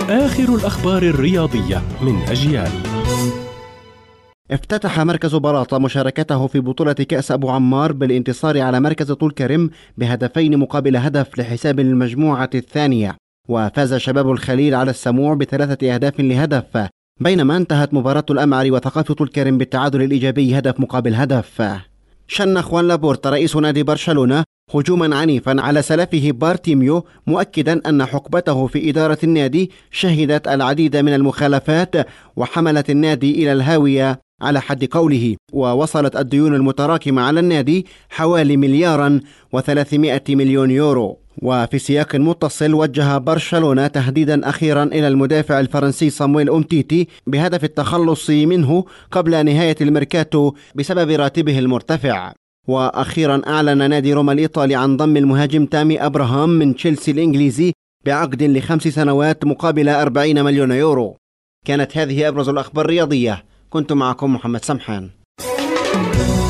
آخر الأخبار الرياضية من أجيال. افتتح مركز بلاطة مشاركته في بطولة كأس أبو عمار بالانتصار على مركز طول كرم بهدفين مقابل هدف لحساب المجموعة الثانية، وفاز شباب الخليل على السموع ب3 أهداف لهدف، بينما انتهت مباراة الأمعري وثقافي طول كرم بالتعادل الإيجابي هدف مقابل هدف. شن خوان لابورتا رئيس نادي برشلونة هجوما عنيفا على سلفه بارتيميو، مؤكدا أن حقبته في إدارة النادي شهدت العديد من المخالفات وحملت النادي إلى الهاوية على حد قوله، ووصلت الديون المتراكمة على النادي حوالي 1,300,000,000 يورو. وفي سياق متصل وجه برشلونة تهديدا أخيرا إلى المدافع الفرنسي صامويل أومتيتي بهدف التخلص منه قبل نهاية الميركاتو بسبب راتبه المرتفع. وأخيرا أعلن نادي روما الإيطالي عن ضم المهاجم تامي أبراهام من تشيلسي الإنجليزي بعقد ل5 سنوات مقابل 40 مليون يورو. كانت هذه أبرز الأخبار الرياضية، كنت معكم محمد سمحان.